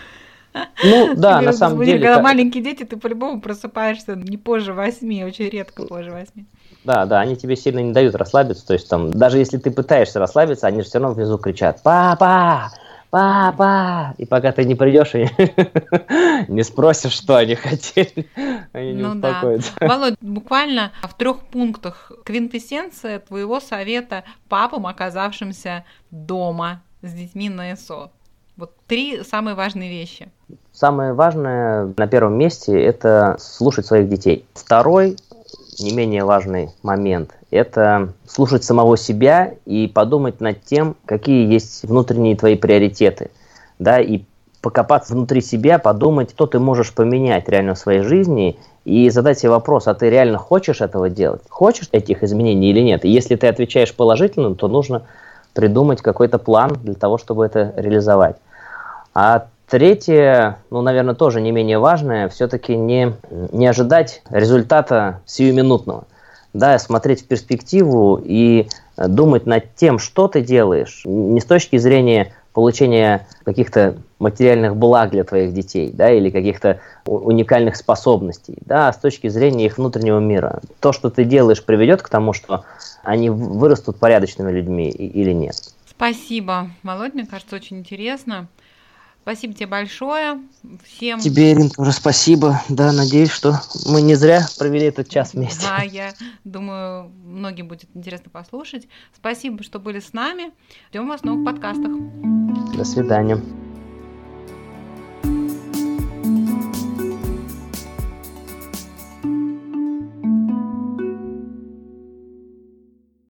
Ну, да, на самом деле... Когда маленькие дети, ты по-любому просыпаешься не позже 8, очень редко позже 8. Да, они тебе сильно не дают расслабиться, то есть там, даже если ты пытаешься расслабиться, они же все равно внизу кричат: «Папа! Папа!» И пока ты не придешь и не спросишь, что они хотели, они не успокоятся. Да. Володь, буквально в 3 пунктах квинтэссенция твоего совета папам, оказавшимся дома с детьми на СО. Вот 3 самые важные вещи. Самое важное на первом месте – это слушать своих детей. Второй, не менее важный момент – это слушать самого себя и подумать над тем, какие есть внутренние твои приоритеты. Да, и покопаться внутри себя, подумать, что ты можешь поменять реально в своей жизни, и задать себе вопрос: а ты реально хочешь этого делать? Хочешь этих изменений или нет? И если ты отвечаешь положительно, то нужно придумать какой-то план для того, чтобы это реализовать. А третье, наверное, тоже не менее важное, все-таки не ожидать результата сиюминутного. Да, смотреть в перспективу и думать над тем, что ты делаешь, не с точки зрения получения каких-то материальных благ для твоих детей, да, или каких-то уникальных способностей, да, а с точки зрения их внутреннего мира. То, что ты делаешь, приведет к тому, что они вырастут порядочными людьми или нет. Спасибо, Володь, мне кажется, очень интересно. Спасибо тебе большое. Всем... Тебе, Ирин, тоже спасибо. Да, надеюсь, что мы не зря провели этот час вместе. Да, я думаю, многим будет интересно послушать. Спасибо, что были с нами. Ждем вас в новых подкастах. До свидания.